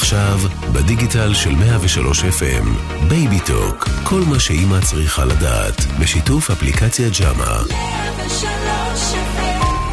עכשיו, בדיגיטל של 103 FM, בייבי טוק, כל מה שאימא צריכה לדעת, בשיתוף אפליקציה ג'אמה. 103 FM.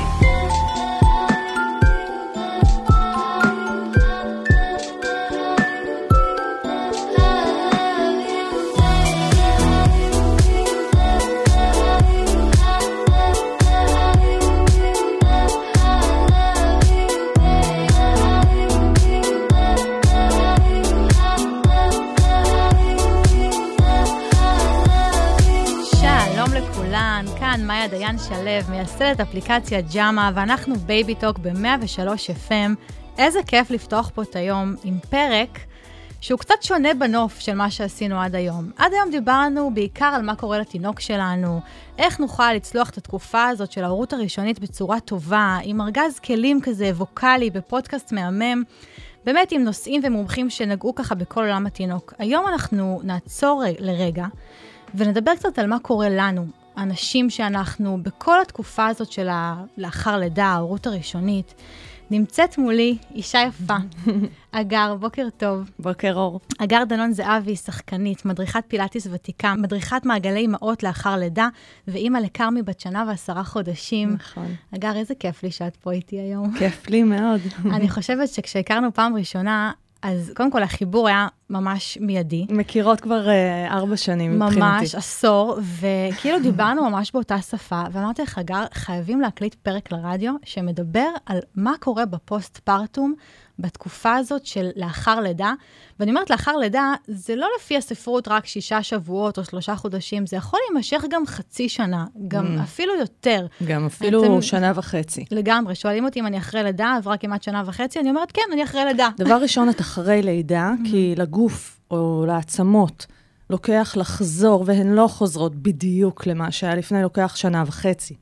מאיה דיין שלב, מייסדת אפליקציה ג'אמה, ואנחנו בייבי טוק ב-103 FM. איזה כיף לפתוח פה את היום עם פרק שהוא קצת שונה בנוף של מה שעשינו עד היום. עד היום דיברנו בעיקר על מה קורה לתינוק שלנו, איך נוכל לצלוח את התקופה הזאת של ההורות הראשונית בצורה טובה, עם ארגז כלים כזה ווקלי בפודקאסט מהמם, באמת עם נושאים ומומחים שנגעו ככה בכל עולם התינוק. היום אנחנו נעצור לרגע ונדבר קצת על מה קורה לנו, אנשים שאנחנו בכל התקופה הזאת של לאחר לידה, ההורות הראשונית. נמצאת מולי אישה יפה, אגר, בוקר טוב. בוקר אור. אגר דנון זהבי, שחקנית, מדריכת פילאטיס ותיקה, מדריכת מעגלי אמהות לאחר לידה, ואימא לקרמי בת שנה ו10 חודשים. נכון. אגר, איזה כיף לי שאת פה איתי היום. כיף לי מאוד. אני חושבת שכשהכרנו פעם ראשונה, אז קודם כל החיבור היה ממש מיידי. מכירות כבר 4 שנים מבחינתי. ממש, עשור, וכאילו דיברנו ממש באותה שפה, ואמרתי לך, אגר, חייבים להקליט פרק לרדיו, שמדבר על מה קורה בפוסט-פרטום, בתקופה הזאת של לאחר לידה, ואני אומרת לאחר לידה, זה לא לפי הספרות רק 6 שבועות או 3 חודשים, זה יכול להימשך גם חצי שנה, גם אפילו יותר. גם אפילו שנה וחצי. לגמרי, שואלים אותי אם אני אחרי לידה, עברה כמעט שנה וחצי, אני אומרת כן, אני אחרי לידה. דבר ראשון, את אחרי לידה, כי לגוף או לעצמות לוקח לחזור, והן לא חוזרות בדיוק למה שהיה לפני, לוקח שנה וחצי.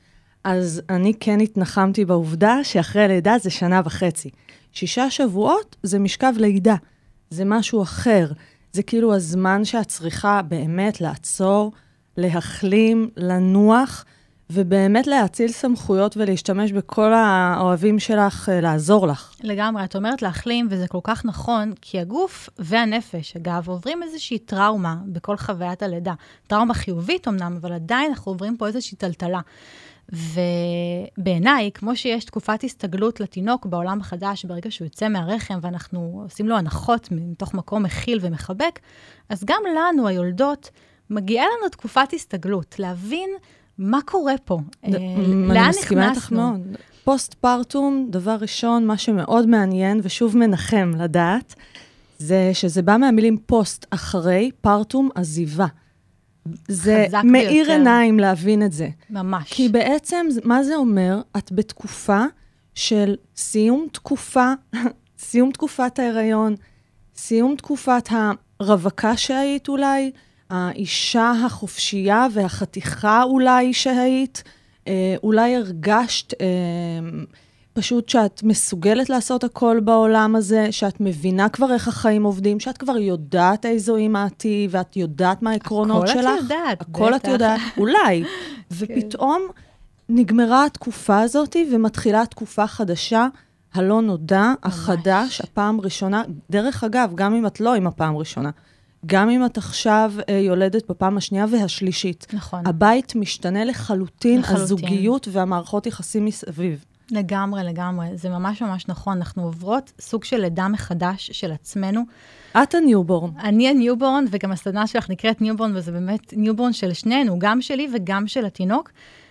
אז אני כן התנחמתי בעובדה שאחרי לידה זה שנה וחצי. 6 שבועות זה משכב לידה, זה משהו אחר. זה כאילו הזמן שאת צריכה באמת לעצור, להחלים, לנוח, ובאמת להציל סמכויות ולהשתמש בכל האוהבים שלך, לעזור לך. לגמרי, את אומרת להחלים, וזה כל כך נכון, כי הגוף והנפש, אגב, עוברים איזושהי טראומה בכל חוויית הלידה. טראומה חיובית אמנם, אבל עדיין אנחנו עוברים פה איזושהי טלטלה. ובעיניי, כמו שיש תקופת הסתגלות לתינוק בעולם החדש, ברגע שהוא יוצא מהרחם, ואנחנו עושים לו הנחות מתוך מקום מכיל ומחבק, אז גם לנו, היולדות, מגיעה לנו תקופת הסתגלות, להבין מה קורה פה, לאן נכנסנו. פוסט-פרטום, דבר ראשון, מה שמאוד מעניין, ושוב מנחם לדעת, זה שזה בא מהמילים פוסט אחרי, פרטום עזיבה. זה מאיר עיניים להבין את זה. ממש. כי בעצם, מה זה אומר? את בתקופה של סיום תקופת ההיריון, סיום תקופת הרווקה שהיית אולי, האישה החופשייה והחתיכה אולי שהיית, אולי הרגשת פשוט שאת מסוגלת לעשות הכל בעולם הזה, שאת מבינה כבר איך החיים עובדים, שאת כבר יודעת איזו אימא את, ואת יודעת מה העקרונות שלך. הכל את יודעת. הכל את יודעת, אולי. ופתאום נגמרה התקופה הזאת, ומתחילה התקופה חדשה, הלא נודע, החדש, הפעם ראשונה. דרך אגב, גם אם את לא עם הפעם ראשונה, גם אם את עכשיו יולדת בפעם השנייה והשלישית. נכון. הבית משתנה לחלוטין, הזוגיות והמערכות יחסים מסביב. לגמרי, לגמרי. זה ממש ממש נכון. אנחנו עוברות סוג של לידה מחדש של עצמנו. את הניובורן. אני הניובורן, וגם הסדנה שלך נקראת ניובורן, וזה באמת ניובורן של שנינו, גם שלי וגם של התינוק.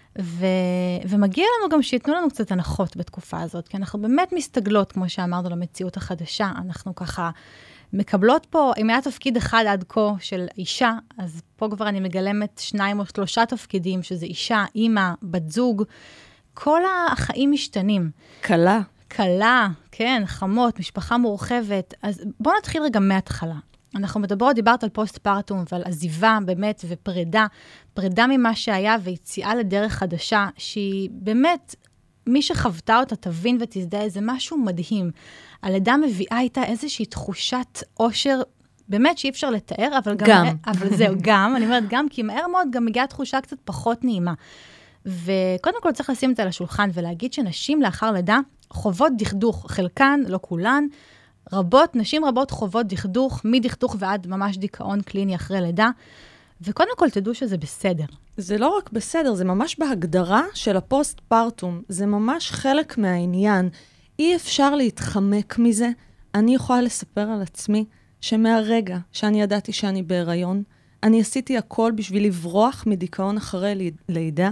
ומגיע לנו גם שיתנו לנו קצת הנחות בתקופה הזאת, כי אנחנו באמת מסתגלות, כמו שאמרנו, למציאות החדשה. אנחנו ככה מקבלות פה, אם היה תפקיד אחד עד כה של אישה, אז פה כבר אני מגלמת 2 או 3 תפקידים, שזה אישה, אימא, בת זוג, כל החיים משתנים. קלה, כן, חמות, משפחה מורחבת. אז בואו נתחיל רגע מההתחלה. אנחנו דיברת על פוסט-פרטום ועל עזיבה באמת פרידה ממה שהיה ויציאה לדרך חדשה, שהיא באמת, מי שחוותה אותה תבין ותזדהה, זה משהו מדהים. הלידה מביאה איתה איזושהי תחושת אושר, באמת שאי אפשר לתאר, אבל גם. אבל זהו, גם, אני אומרת גם, כי מהר מאוד גם מגיעה תחושה קצת פחות נעימה. וקודם כל צריך לשים את זה על השולחן ולהגיד שנשים לאחר לידה חוות דכדוך, חלקן, לא כולן, נשים רבות חוות דכדוך, מדכדוך ועד ממש דיכאון קליני אחרי לידה, וקודם כל תדעו שזה בסדר. זה לא רק בסדר, זה ממש בהגדרה של הפוסט-פרטום. זה ממש חלק מהעניין. אי אפשר להתחמק מזה. אני יכולה לספר על עצמי שמהרגע שאני ידעתי שאני בהיריון, אני עשיתי הכל בשביל לברוח מדיכאון אחרי לידה.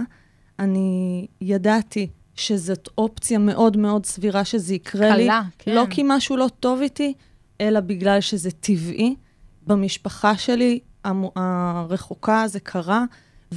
אני ידעתי שזאת אופציה מאוד מאוד סבירה שזה יקרה לי. כן. לא כי משהו לא טוב איתי, אלא בגלל שזה טבעי. במשפחה שלי הרחוקה זה קרה,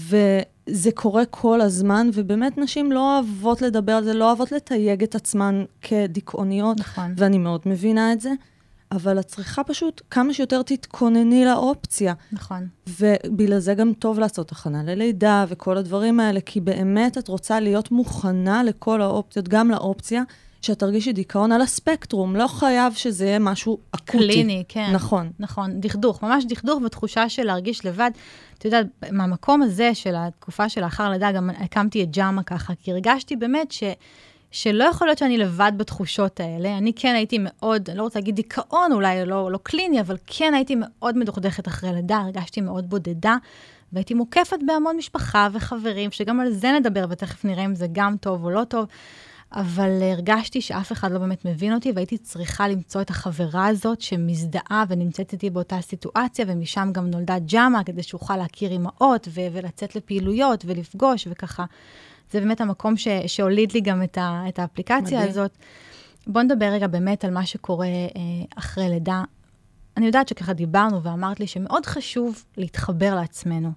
וזה קורה כל הזמן, ובאמת נשים לא אוהבות לדבר על זה, לא אוהבות לתייג את עצמן כדיכאוניות, נכון. ואני מאוד מבינה את זה, אבל את צריכה פשוט כמה שיותר תתכונני לאופציה. נכון. ובגלל זה גם טוב לעשות הכנה ללידה וכל הדברים האלה, כי באמת את רוצה להיות מוכנה לכל האופציות, גם לאופציה שאת תרגישי דיכאון על הספקטרום, לא חייב שזה יהיה משהו אקוטי. קליני, כן. נכון. נכון, דכדוך, ממש דכדוך ותחושה של להרגיש לבד. אתה יודע, מהמקום הזה של התקופה של האחר לידה, גם הקמתי את ג'אמה ככה, כי הרגשתי באמת שלא יכול להיות שאני לבד בתחושות האלה. אני כן הייתי מאוד, אני לא רוצה להגיד דיכאון, אולי לא קליני, אבל כן הייתי מאוד מדוכדכת אחרי לידה, הרגשתי מאוד בודדה, והייתי מוקפת בהמון משפחה וחברים, שגם על זה נדבר, ותכף נראה אם זה גם טוב או לא טוב, אבל הרגשתי שאף אחד לא באמת מבין אותי, והייתי צריכה למצוא את החברה הזאת שמזדהה ונמצאת איתי באותה סיטואציה, ומשם גם נולדה ג'אמה, כדי שאוכל להכיר אימהות ולצאת לפעילויות ולפגוש וככה. זה באמת המקום שהוליד לי גם את האפליקציה הזאת. בוא נדבר רגע באמת על מה שקורה אחרי לידה. אני יודעת שככה דיברנו ואמרת לי שמאוד חשוב להתחבר לעצמנו.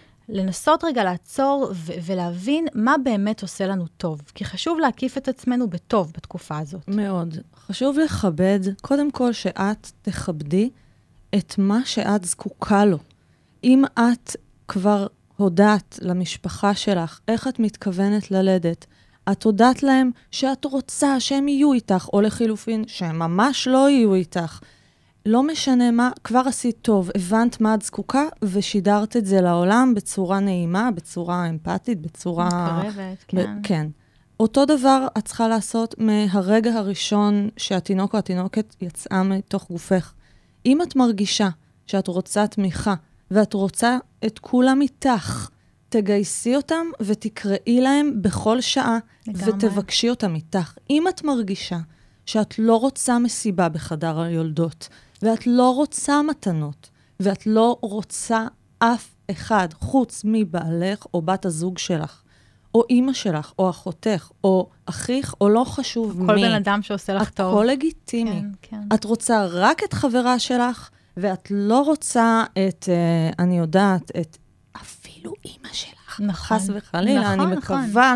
לנסות רגע לעצור ולהבין מה באמת עושה לנו טוב. כי חשוב להקיף את עצמנו בטוב בתקופה הזאת. מאוד. חשוב לכבד, קודם כל שאת תכבדי את מה שאת זקוקה לו. אם את כבר הודעת למשפחה שלך איך את מתכוונת ללדת, את הודעת להם שאת רוצה שהם יהיו איתך, או לחילופין שהם ממש לא יהיו איתך. לא משנה מה, כבר עשית טוב, הבנת מה את זקוקה, ושידרת את זה לעולם בצורה נעימה, בצורה אמפתית, בצורה... מתקרבת, כן. כן. אותו דבר את צריכה לעשות מהרגע הראשון שהתינוק או התינוקת יצאה מתוך גופך. אם את מרגישה שאת רוצה תמיכה, ואת רוצה את כולם איתך, תגייסי אותם ותקראי להם בכל שעה, ותבקשי אותם איתך. אם את מרגישה שאת לא רוצה מסיבה בחדר היולדות, ואת לא רוצה מתנות, ואת לא רוצה אף אחד חוץ מבעלך או בת הזוג שלך, או אמא שלך, או אחותך, או אחיך, או לא חשוב מי. כל בן אדם שעושה לך טוב. הכל לגיטימי. כן, כן. את רוצה רק את חברה שלך, ואת לא רוצה את, אני יודעת, את אפילו אמא שלך. נכון. חס וחלילה. נכון, אני מקווה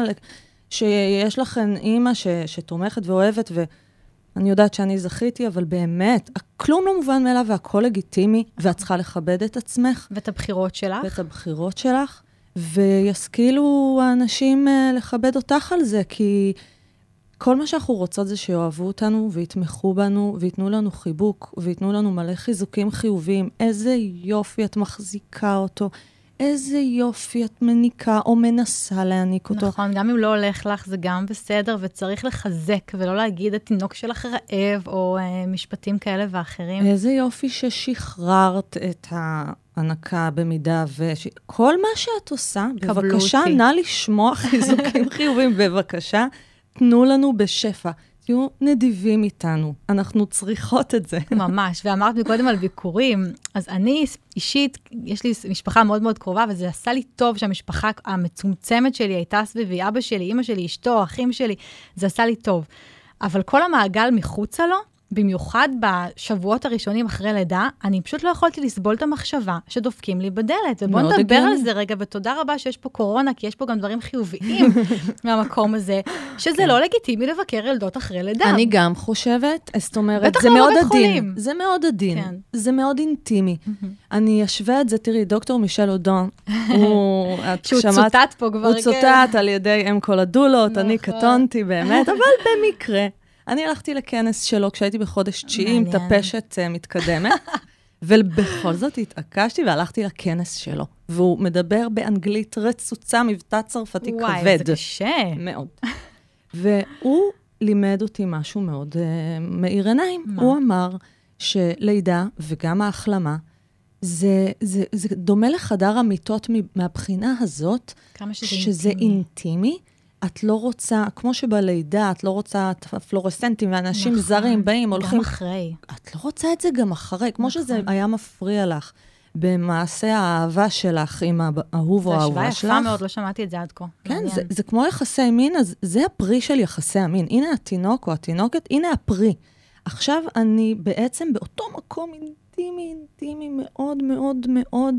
שיש לכם אמא שתומכת ואוהבת, ואני יודעת שאני זכיתי, אבל באמת, כלום לא מובן מאליו, והכל לגיטימי, ואת צריכה לכבד את עצמך. ואת הבחירות שלך. ואת הבחירות שלך, וישכילו האנשים לכבד אותך על זה, כי כל מה שאנחנו רוצות זה שיאהבו אותנו, ויתמכו בנו, ויתנו לנו חיבוק, ויתנו לנו מלא חיזוקים חיוביים. איזה יופי את מחזיקה אותו, איזה יופי את מניקה או מנסה להניק אותו. נכון, גם אם לא הולך לך זה גם בסדר, וצריך לחזק, ולא להגיד התינוק שלך רעב, או משפטים כאלה ואחרים. איזה יופי ששחררת את ההנקה במידה, כל מה שאת עושה, בבקשה, נא לשמוע חיזוקים חיוביים, בבקשה, תנו לנו בשפע. תהיו נדיבים איתנו, אנחנו צריכות את זה. ממש, ואמרת מקודם על ביקורים, אז אני אישית, יש לי משפחה מאוד מאוד קרובה, וזה עשה לי טוב שהמשפחה המצומצמת שלי הייתה סביבי, אבא שלי, אמא שלי, אשתו, אחים שלי, זה עשה לי טוב. אבל כל המעגל מחוצה לו, במיוחד בשבועות הראשונים אחרי לידה, אני פשוט לא יכולתי לסבול את המחשבה שדופקים לי בדלת. ובואו נדבר על זה רגע, ותודה רבה שיש פה קורונה, כי יש פה גם דברים חיוביים מהמקום הזה, שזה לא לגיטימי לבקר ילדות אחרי לידה. אני גם חושבת, זאת אומרת, זה מאוד עדין. זה מאוד עדין. זה מאוד אינטימי. אני אשווה את זה, תראי, דוקטור מישל אודון, שהוא צוטט פה כבר. הוא צוטט על ידי אם כל הדולות, אני קטונתי באמת, אבל במקרה. אני הלכתי לכנס שלו כשהייתי בחודש 9, טפשת מתקדמת, ובכל זאת התעקשתי והלכתי לכנס שלו. והוא מדבר באנגלית רצוצה, מבטא צרפתי כבד. וואי, זה קשה. מאוד. והוא לימד אותי משהו מאוד מאיר עיניים. הוא אמר שלידה וגם ההחלמה, זה דומה לחדר המיטות מהבחינה הזאת, שזה אינטימי. את לא רוצה, כמו שבלידה, את לא רוצה פלורסנטים, ואנשים זרים באים, הולכים... גם אחרי. את לא רוצה את זה גם אחרי, כמו שזה היה מפריע לך, במעשה האהבה שלך עם האהוב או האהובה שלך. זה השוואה יפה מאוד, לא שמעתי את זה עד כה. כן, זה כמו יחסי מין, אז זה הפרי של יחסי המין. הנה התינוק או התינוקת, הנה הפרי. עכשיו אני בעצם באותו מקום אינטימי, מאוד מאוד מאוד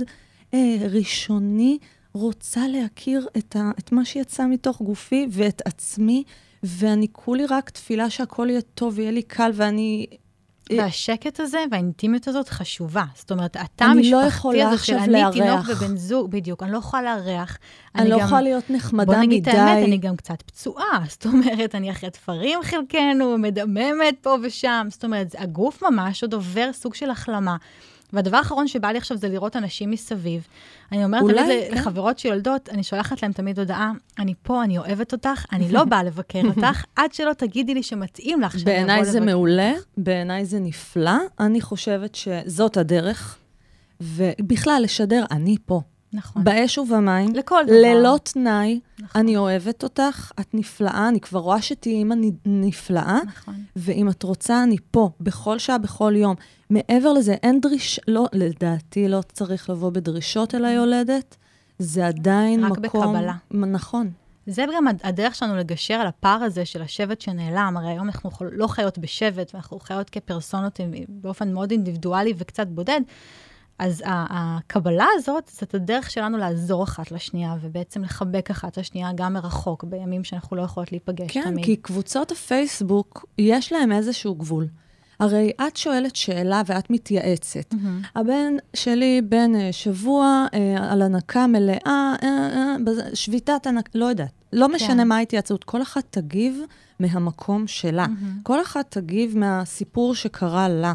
ראשוני, רוצה להכיר את מה שיצא מתוך גופי ואת עצמי, ואני כולי רק תפילה שהכל יהיה טוב ויהיה לי קל, ואני... והשקט הזה והאינטימיות הזאת חשובה. זאת אומרת, אתה המשפחתי הזה של אני תינוק ובן זוג, בדיוק, אני לא יכולה להריח. אני לא יכולה להיות נחמדה מדי. בוא נגיד את האמת, אני גם קצת פצועה. זאת אומרת, אני אחרי תפרים חלקנו, מדממת פה ושם. זאת אומרת, הגוף ממש עוד עובר סוג של החלמה. והדבר האחרון שבא לי עכשיו זה לראות אנשים מסביב. אני אומרת תמיד לחברות שיולדות, אני שולחת להם תמיד הודעה, אני פה, אני אוהבת אותך, אני לא באה לבקר אותך, עד שלא תגידי לי שמתאים לך שאני אבוא לבקר אותך. בעיניי זה מעולה, בעיניי זה נפלא. אני חושבת שזאת הדרך, ובכלל לשדר, אני פה. נכון. באש ובמים, לכל דבר. ללא תנאי, נכון. אני אוהבת אותך, את נפלאה, אני כבר רואה שתהי אימא נפלאה, נכון. ואם את רוצה, אני פה, בכל שעה, בכל יום. מעבר לזה, אין לא, לדעתי לא צריך לבוא בדרישות אל היולדת, זה עדיין רק מקום... רק בקבלה. נכון. זה גם הדרך שלנו לגשר על הפער הזה של השבט שנעלם, הרי היום אנחנו לא חיות בשבט, ואנחנו חיות כפרסונות באופן מאוד אינדיבידואלי וקצת בודד, אז הקבלה הזאת, זאת הדרך שלנו לעזור אחת לשנייה, ובעצם לחבק אחת לשנייה גם מרחוק, בימים שאנחנו לא יכולות להיפגש כן, תמיד. כן, כי קבוצות הפייסבוק, יש להם איזשהו גבול. הרי את שואלת שאלה ואת מתייעצת. הבן שלי בן שבוע על הנקה מלאה, שביתת הנקה, לא יודעת. לא משנה מה ההתייעצות, כל אחת תגיב מהמקום שלה. כל אחת תגיב מהסיפור שקרה לה.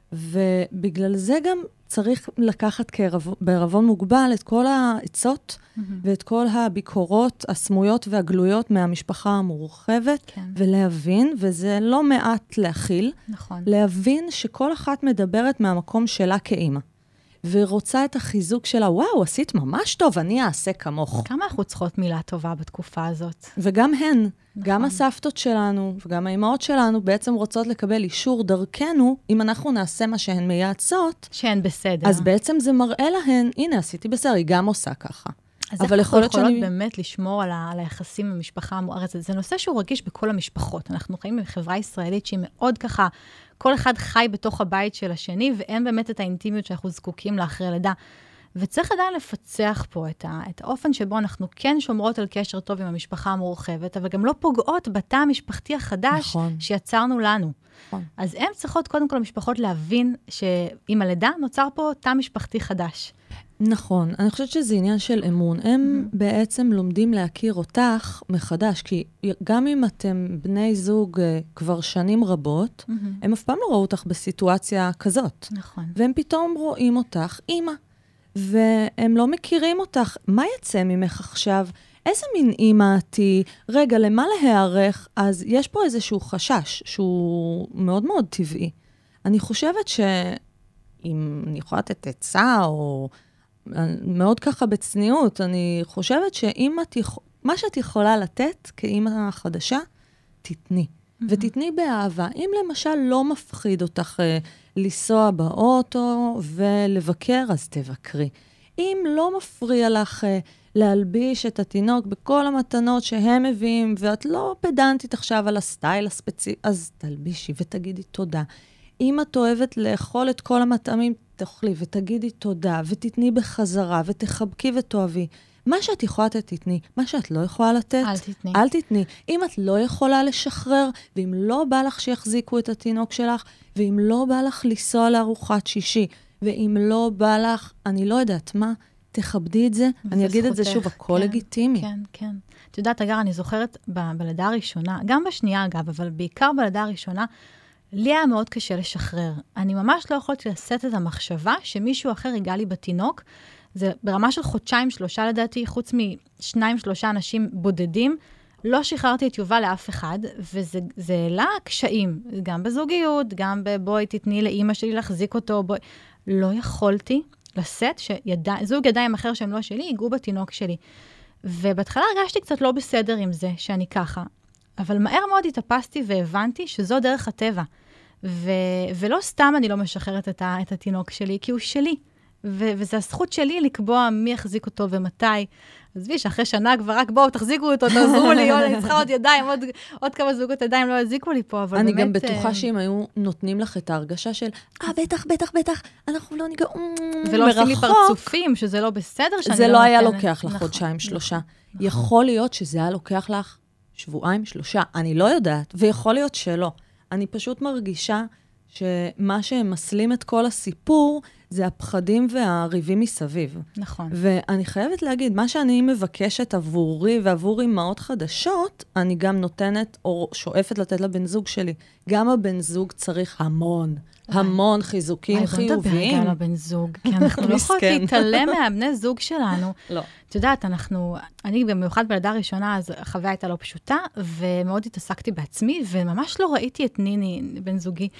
ובגלל זה גם צריך לקחת בערבון מוגבל את כל העצות ואת כל הביקורות הסמויות והגלויות מהמשפחה המורחבת, ולהבין, וזה לא מעט להכיל, להבין שכל אחת מדברת מהמקום שלה כאימא. ורוצה את החיזוק שלה, וואו, עשית ממש טוב, אני אעשה כמוך. כמה אנחנו צריכות מילה טובה בתקופה הזאת? וגם הן, גם הסבתות שלנו, וגם האימהות שלנו, בעצם רוצות לקבל אישור דרכנו, אם אנחנו נעשה מה שהן מייעצות. שהן בסדר. אז בעצם זה מראה להן, הנה, עשיתי בסדר, היא גם עושה ככה. אז איך אנחנו יכולות באמת לשמור על היחסים במשפחה המוארצת? זה נושא שהוא רגיש בכל המשפחות. אנחנו חיים בחברה ישראלית שהיא מאוד ככה, כל אחד חי בתוך הבית של השני, ואין באמת את האינטימיות שאנחנו זקוקים לאחרי לידה. וצריך עדיין לפצח פה את האופן שבו אנחנו כן שומרות על קשר טוב עם המשפחה המורחבת, אבל גם לא פוגעות בתא המשפחתי החדש שיצרנו לנו. אז הן צריכות קודם כל המשפחות להבין שעם הלידה נוצר פה תא משפחתי חדש. נכון, אני חושבת שזה עניין של אמון. הם בעצם לומדים להכיר אותך מחדש, כי גם אם אתם בני זוג כבר שנים רבות, הם אף פעם לא ראו אותך בסיטואציה כזאת. נכון. והם פתאום רואים אותך אימא, והם לא מכירים אותך. מה יצא ממך עכשיו? איזה מין אימא עתי? רגע, למה להיערך? אז יש פה איזשהו חשש שהוא מאוד מאוד טבעי. אני חושבת שאם אני יכולה לתת עצה או... מאוד ככה בצניעות, אני חושבת מה שאת יכולה לתת כאימא חדשה, תתני. ותתני באהבה. אם למשל לא מפחיד אותך לנסוע באוטו ולבקר, אז תבקרי. אם לא מפריע לך להלביש את התינוק בכל המתנות שהם מביאים, ואת לא פדנטית עכשיו על הסטייל הספציפי, אז תלבישי ותגידי תודה. אם את אוהבת לאכול את כל המטעמים, תאכלי ותגידי תודה, ותתני בחזרה, ותחבקי ותאהבי. מה שאת יכולה לתת, תתני. מה שאת לא יכולה לתת, אל תתני. אם את לא יכולה לשחרר, ואם לא בא לך שיחזיקו את התינוק שלך, ואם לא בא לך לנסוע לארוחת שישי, ואם לא בא לך, אני לא יודעת מה, תכבדי את זה. אני אגיד את זה שוב, הכל לגיטימי. כן, כן. את יודעת, אגר, אני זוכרת בלידה הראשונה, גם בשנייה אגב, אבל בעיקר בלידה הראשונה, לי היה מאוד קשה לשחרר. אני ממש לא יכולתי לשאת את המחשבה שמישהו אחר ייגע לי בתינוק. זה ברמה של חודשיים, 3 לדעתי, חוץ מ2-3 אנשים בודדים, לא שחררתי את יובל לאף אחד, וזה העלה קשיים, גם בזוגיות, גם בבואי תתני לאמא שלי להחזיק אותו, לא יכולתי לשאת זוג ידיים אחר שהם לא שלי, ייגעו בתינוק שלי. ובהתחלה הרגשתי קצת לא בסדר עם זה, שאני ככה. אבל מהר מאוד התאפסתי והבנתי שזו דרך הטבע. ולא סתם אני לא משחררת את התינוק שלי, כי הוא שלי. וזו הזכות שלי לקבוע מי יחזיק אותו ומתי. עזבי, שאחרי שנה כבר רק בואו, תחזיקו אותו, תעזרו לי, אני צריכה עוד ידיים, עוד כמה זוגות ידיים לא יזיקו לי פה, אבל אני באמת... גם בטוחה שאם היו נותנים לך את ההרגשה של, בטח, אנחנו לא ניגע, ולא עושים לי פרצופים, שזה לא בסדר שאני לא זה לא היה נותנת. לוקח לך חודשיים, 3. יכול להיות שזה היה לוקח לך 2, 3, אני לא יודעת, ויכול להיות שלא. אני פשוט מרגישה שמה שהם מסלים את כל הסיפור, זה הפחדים והריבים מסביב. נכון. ואני חייבת להגיד, מה שאני מבקשת עבורי ועבור אמהות חדשות, אני גם נותנת או שואפת לתת לבן זוג שלי. גם הבן זוג צריך המון חיזוקים חיוביים. בוא נדבר גם לבן זוג, כי אנחנו לא יכולות להתעלם מהבני זוג שלנו. לא. את יודעת, אני במיוחד בלידה הראשונה, אז החוויה הייתה לא פשוטה, ומאוד התעסקתי בעצמי, וממש לא ראיתי את ניני, בן זוגי,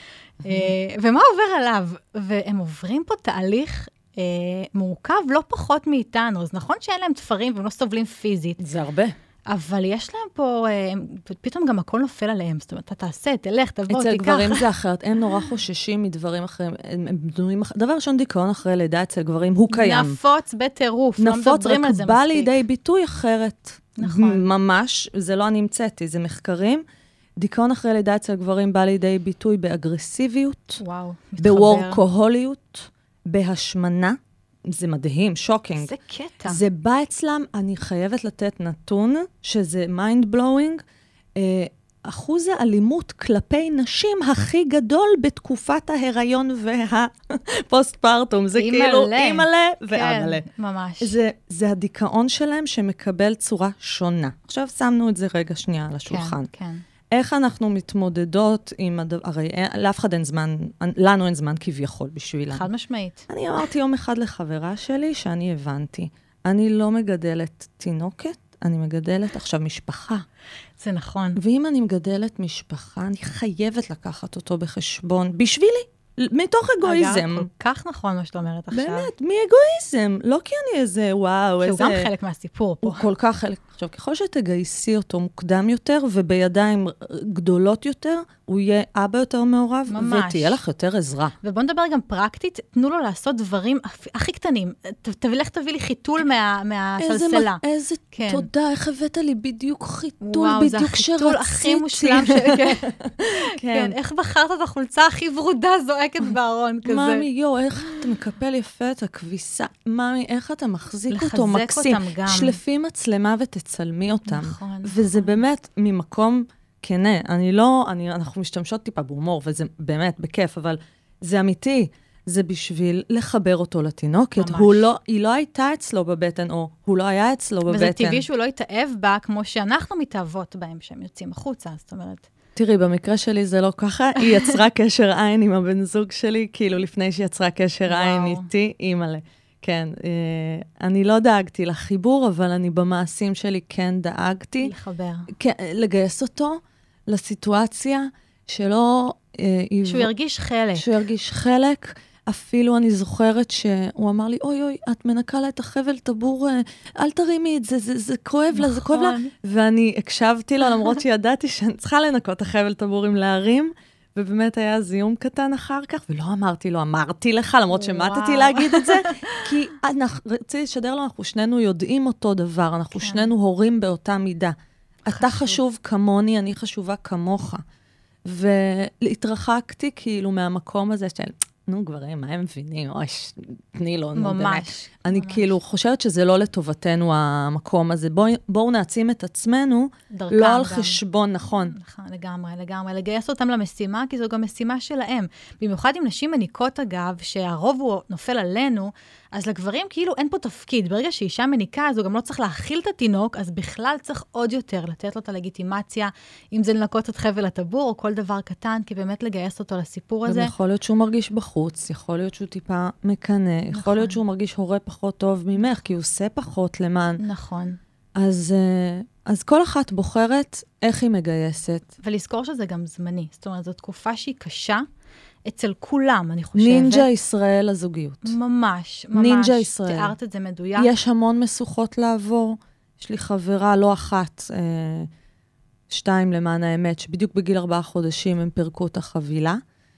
ומה עובר עליו? והם עוברים פה תהליך מורכב לא פחות מאיתנו, אז נכון שאין להם תפרים והם לא סובלים פיזית. זה הרבה. אבל יש להם פה, פתאום גם הכל נופל עליהם, זאת אומרת, אתה תעשה, תלך, תבוא, תיקח. אצל גברים זה אחרת, הם נורא חוששים מדברים אחרים, דבר ראשון, דיכאון אחרי לידה אצל גברים, הוא קיים. נפוץ בטירוף, לא מדברים על זה מספיק. נפוץ, רק בא לידי ביטוי אחרת. נכון. ממש, זה לא אני המצאתי, זה מחקרים. דיכאון אחרי לידה אצל גברים בא לידי ביטוי באגרסיביות, בוורקוהוליות, בהשמנה, זה מדהים, שוקינג. זה קטע. זה בא אצלם, אני חייבת לתת נתון, שזה mind blowing, אחוז האלימות כלפי נשים הכי גדול בתקופת ההיריון והפוסט-פרטום. זה כאילו אימאלה ואבאלה. כן, ממש. זה הדיכאון שלהם שמקבל צורה שונה. עכשיו שמנו את זה רגע שנייה על השולחן. כן, כן. איך אנחנו מתמודדות עם הרי לאף אחד אין זמן, לנו אין זמן כביכול בשבילנו. חד משמעית. אני אמרתי יום אחד לחברה שלי שאני הבנתי, אני לא מגדלת תינוקת, אני מגדלת עכשיו משפחה. זה נכון. ואם אני מגדלת משפחה, אני חייבת לקחת אותו בחשבון בשבילי. מתוך אגואיזם. אגב, כל כך נכון מה שאת אומרת עכשיו. באמת, מאגואיזם. לא כי אני איזה, וואו, איזה... שהוא גם חלק מהסיפור פה. הוא כל כך חלק. עכשיו, ככל שתגייסי אותו מוקדם יותר, ובידיים גדולות יותר, הוא יהיה אבא יותר מעורב, ממש. ותהיה לך יותר עזרה. ובוא נדבר גם פרקטית, תנו לו לעשות דברים הכי קטנים. לך תביא לי חיתול מהסלסלה. איזה כן. תודה, איך הבאת לי בדיוק חיתול, וואו, בדיוק שרציתי. וואו, זה החיתול הכי מושלם כן, איך בחרת את החולצה הכי ורודה זועקת בארון כזה. ממי, איך אתה מקפל יפה את הכביסה? ממי, איך אתה מחזיק אותו מקסים? לחזק אותם גם. שלפי מצלמה ותצלמי אותם. נכון. וזה באמת ממקום כנה. אנחנו משתמשות טיפה בהומור, וזה באמת בכיף, אבל זה אמיתי. זה בשביל לחבר אותו לתינוקת. היא לא הייתה אצלו בבטן, או הוא לא היה אצלו בבטן. וזה טבעי שהוא לא יתאהב בה, כמו שאנחנו מתאהבות בהם, שהם יוצאים החוצה, זאת אומרת. תראי, במקרה שלי זה לא ככה, היא יצרה קשר עין עם הבן זוג שלי, כאילו לפני שהיא יצרה קשר עין איתי, אימא'לה. כן, אני לא דאגתי לחיבור, אבל אני במעשים שלי כן דאגתי. לחבר. כן, לגייס אותו לסיטואציה שלא... שהוא ירגיש חלק. שהוא ירגיש חלק. אפילו אני זוכרת שהוא אמר לי, אוי, את מנקה לה את החבל טבור, אל תרימי את זה, זה כואב לה, זה כואב לה. ואני הקשבתי לו, למרות שידעתי שאני צריכה לנקות את החבל טבור עם להרים, ובאמת היה זיום קטן אחר כך, ולא אמרתי לו, אמרתי לך, למרות שמטתי להגיד את זה, כי רציתי לשדר לו, אנחנו שנינו יודעים אותו דבר, אנחנו שנינו הורים באותה מידה. אתה חשוב כמוני, אני חשובה כמוך. והתרחקתי כאילו מהמקום הזה של... נו, גברים, מה הם מבינים? אוי, תני לו, נו, באמת. אני כאילו חושבת שזה לא לטובתנו המקום הזה. בואו נעצים את עצמנו, לא על חשבון, נכון. נכון, לגמרי. לגייס אותם למשימה, כי זו גם משימה שלהם. במיוחד עם נשים מניקות, אגב, שהרוב הוא נופל עלינו, אז לגברים כאילו אין פה תפקיד. ברגע שאישה מניקה, אז הוא גם לא צריך להכיל את התינוק, אז בכלל צריך עוד יותר לתת לו את הלגיטימציה, אם זה לנקות את חבל הטבור, או כל דבר קטן, כי באמת לגייס אותו לסיפור הזה. יכול להיות שהוא מרגיש בחוץ, יכול להיות שהוא טיפה מקנה, יכול להיות שהוא מרגיש הורה פחות טוב ממך, כי הוא עושה פחות למען. נכון. אז כל אחת בוחרת איך היא מגייסת. ולזכור שזה גם זמני. זאת אומרת, זו תקופה שהיא קשה אצל כולם, אני חושבת. נינג'ה ישראל הזוגיות. ממש, נינג'ה ישראל. תיארת את זה מדויק. יש המון משוכות לעבור. יש לי חברה, לא אחת, 2 למען האמת, שבדיוק בגיל 4 חודשים הם פירקו את החבילה.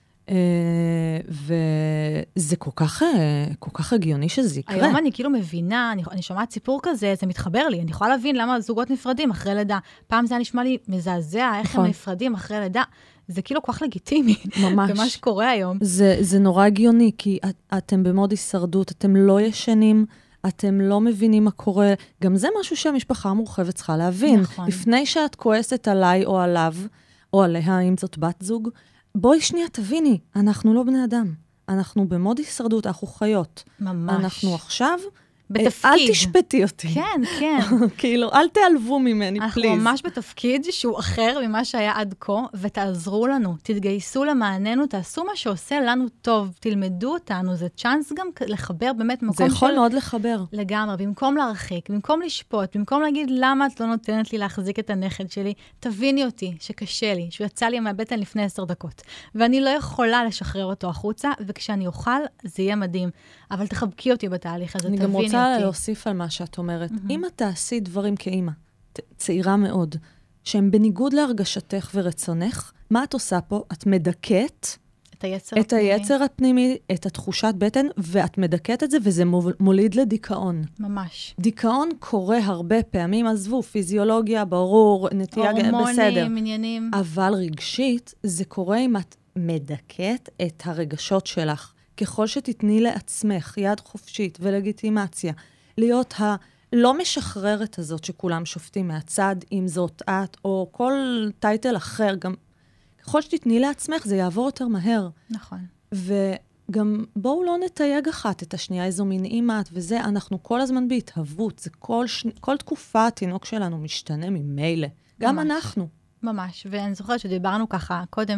וזה כל כך הגיוני שזה יקרה. היום אני כאילו מבינה, אני שומעת סיפור כזה, זה מתחבר לי, אני יכולה להבין למה זוגות נפרדים אחרי לידה. פעם זה היה נשמע לי מזעזע, איך הם נפרדים אחרי לידה. זה כאילו כל כך לגיטימי. ממש. במה שקורה היום. זה נורא הגיוני, כי אתם במוד הישרדות, אתם לא ישנים, אתם לא מבינים מה קורה. גם זה משהו שהמשפחה המורחבת צריכה להבין. נכון. לפני שאת כועסת עליי או עליו, או עליה, אם זאת בת זוג, בואי שנייה, תביני, אנחנו לא בני אדם. אנחנו במוד הישרדות, אנחנו חיות. ממש. אנחנו עכשיו, בתפקיד. אל תשפטי אותי. כן, כן. כאילו, אל תעלבו ממני, אנחנו פליז. ממש בתפקיד שהוא אחר ממה שהיה עד כה, ותעזרו לנו, תתגייסו למעננו, תעשו מה שעושה לנו טוב, תלמדו אותנו, זה צ'אנס גם לחבר באמת מקום זה יכול מאוד לחבר. לגמרי, במקום להרחיק, במקום לשפוט, במקום להגיד למה את לא נותנת לי להחזיק את הנכד שלי, תביני אותי שקשה לי, שהוא יצא לי מהבטן לפני 10 דקות, ואני לא יכולה לשחרר אותו החוצה, וכשאני אוכל, זה יהיה מדהים. אבל תחבקי אותי בתהליך הזה, תביני אותי. אני גם רוצה להוסיף על מה שאת אומרת. אם את תעשי דברים כאימא, צעירה מאוד, שהם בניגוד להרגשתך ורצונך, מה את עושה פה? את מדכאת את היצר הפנימי, את התחושת בטן, ואת מדכאת את זה, וזה מוליד לדיכאון. ממש. דיכאון קורה הרבה פעמים, עזבו, פיזיולוגיה, ברור, נטייה, בסדר. הורמונים, עניינים. אבל רגשית, זה קורה אם את מדכאת את הרגשות שלך. ככל שתתני לעצמך יד חופשית ולגיטימציה, להיות הלא משחררת הזאת שכולם שופטים מהצד, אם זאת את, או כל טייטל אחר, גם ככל שתתני לעצמך, זה יעבור יותר מהר. נכון. וגם בואו לא נתייג אחת את השנייה, איזו מין אימא, וזה, אנחנו כל הזמן בהתהוות, זה כל תקופה התינוק שלנו משתנה ממילא. גם אנחנו. ממש, ואני זוכרת שדיברנו ככה קודם,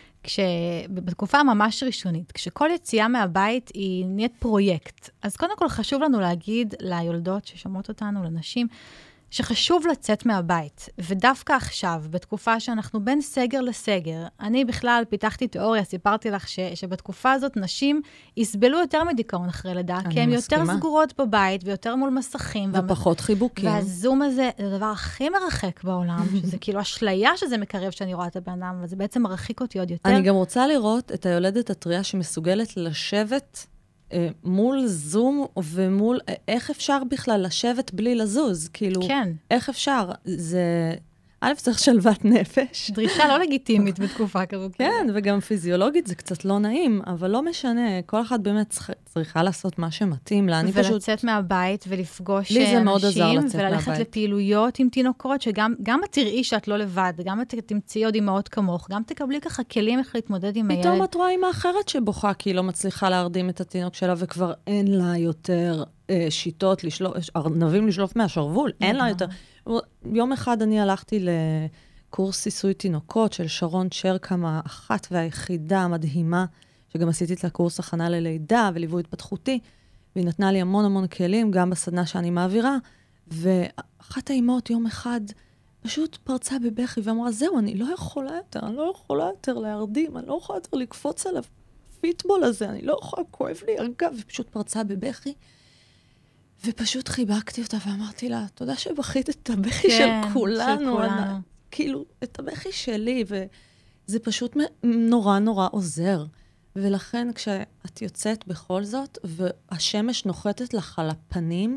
בתקופה ממש ראשונית, כשכל יציאה מהבית היא נהיית פרויקט, אז קודם כל חשוב לנו להגיד ליולדות ששומעות אותנו, לנשים, שחשוב לצאת מהבית, ודווקא עכשיו, בתקופה שאנחנו בין סגר לסגר, אני בכלל פיתחתי תיאוריה, סיפרתי לך שבתקופה הזאת נשים יסבלו יותר מדיכאון אחרי לידה, כי הן יותר סגורות בבית, ויותר מול מסכים. ופחות חיבוקים. והזום הזה, זה הדבר הכי מרחק בעולם, שזה כאילו אשליה שזה מקרב שאני רואה את הבן אדם, וזה בעצם מרחיק אותי עוד יותר. אני גם רוצה לראות את היולדת הטריה שמסוגלת לשבת מול זום ומול, איך אפשר בכלל לשבת בלי לזוז? כאילו, כן. איך אפשר? זה, א', צריך שלוות נפש. דרישה לא לגיטימית בתקופה כזאת. כן, וגם פיזיולוגית זה קצת לא נעים, אבל לא משנה, כל אחת באמת צריכה לעשות מה שמתאים לה. ולצאת מהבית ולפגוש אנשים, וללכת לפעילויות עם תינוקות, שגם את תראי שאת לא לבד, גם את תמצאי עוד אמהות כמוך, גם תקבלי ככה כלים איך להתמודד עם הילד. פתאום את רואה אמא אחרת שבוכה, כי היא לא מצליחה להרדים את התינוק שלה, וכבר אין לה יותר שיטות, ארנבים לשלוף מהשרוול, אין לה יותר. יום אחד אני הלכתי לקורס סיסוי תינוקות של שרון צ'רקם, האחת והיחידה המדהימה, שגם עשיתי את הקורס הכנה ללידה וליווי התפתחותי, והיא נתנה לי המון המון כלים, גם בסדנה שאני מעבירה, ואחת האימהות יום אחד פשוט פרצה בבכי ואמרה, זהו, אני לא יכולה יותר להרדים, אני לא יכולה יותר לקפוץ עליו פיטבול הזה, אני לא יכולה, כואב לי הרגע, ופשוט פרצה בבכי. ופשוט חיבקתי אותה ואמרתי לה, תודה שבכית את הבכי של כולנו. כאילו, את הבכי שלי, וזה פשוט נורא נורא עוזר. ולכן כשאת יוצאת בכל זאת, והשמש נוחתת לך על הפנים,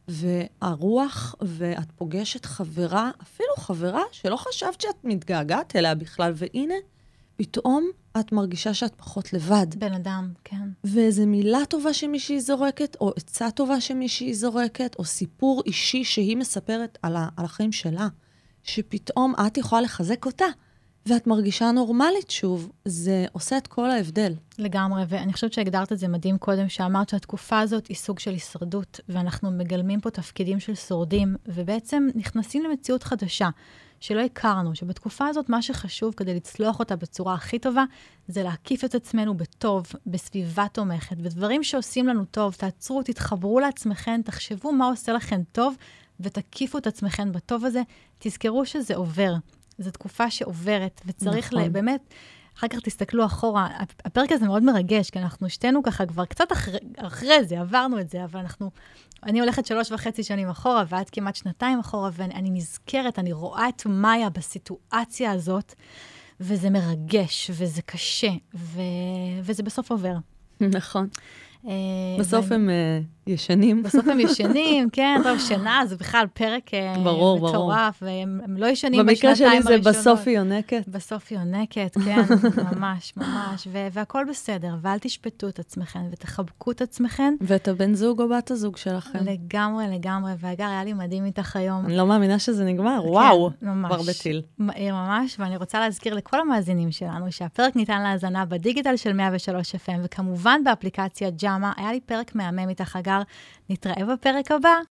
והרוח, ואת פוגשת חברה, אפילו חברה שלא חשבת שאת מתגעגעת אליה בכלל, והנה, פתאום את מרגישה שאת פחות לבד. בן אדם, כן. ואיזו מילה טובה שמישהי זורקת, או עצה טובה שמישהי זורקת, או סיפור אישי שהיא מספרת על החיים שלה, שפתאום את יכולה לחזק אותה, ואת מרגישה נורמלית שוב, זה עושה את כל ההבדל. לגמרי, ואני חושבת שהגדרת את זה מדהים קודם, שאמרת שהתקופה הזאת היא סוג של הישרדות, ואנחנו מגלמים פה תפקידים של שורדים, ובעצם נכנסים למציאות חדשה, שלא הכרנו, שבתקופה הזאת מה שחשוב כדי לצלוח אותה בצורה הכי טובה, זה להקיף את עצמנו בטוב, בסביבה תומכת, בדברים שעושים לנו טוב, תעצרו, תתחברו לעצמכם, תחשבו מה עושה לכם טוב, ותקיפו את עצמכם בטוב הזה, תזכרו שזה עובר. זו תקופה שעוברת, וצריך באמת, אחר כך תסתכלו אחורה. הפרק הזה מאוד מרגש, כי אנחנו שתינו ככה כבר קצת אחרי זה, עברנו את זה, אבל אני הולכת 3.5 שנים אחורה, ועד כמעט 2 אחורה, ואני נזכרת, אני רואה את מאיה בסיטואציה הזאת, וזה מרגש, וזה קשה, וזה בסוף עובר. נכון. בסוף הם ישנים. בסוף הם ישנים, כן, טוב, שינה, זה בכלל פרק מטורף, והם לא ישנים במקרה שלי זה בסוף היא יונקת. בסוף היא יונקת, כן, ממש, ממש, והכל בסדר, ואל תשפטו את עצמכם, ותחבקו את עצמכם. ואת הבן זוג או בת הזוג שלכם. לגמרי, לגמרי, והגר, היה לי מדהים איתך היום. אני לא מאמינה שזה נגמר, וואו, כבר בטיל. ממש, ואני רוצה להזכיר לכל המאזינים שלנו, שהפרק ניתן להאזנה בדיגיטל של 103 FM, וכמובן באפליקציה ג'אמה, היה לי פרק מהמם איתך, הגר. נתראה בפרק הבא.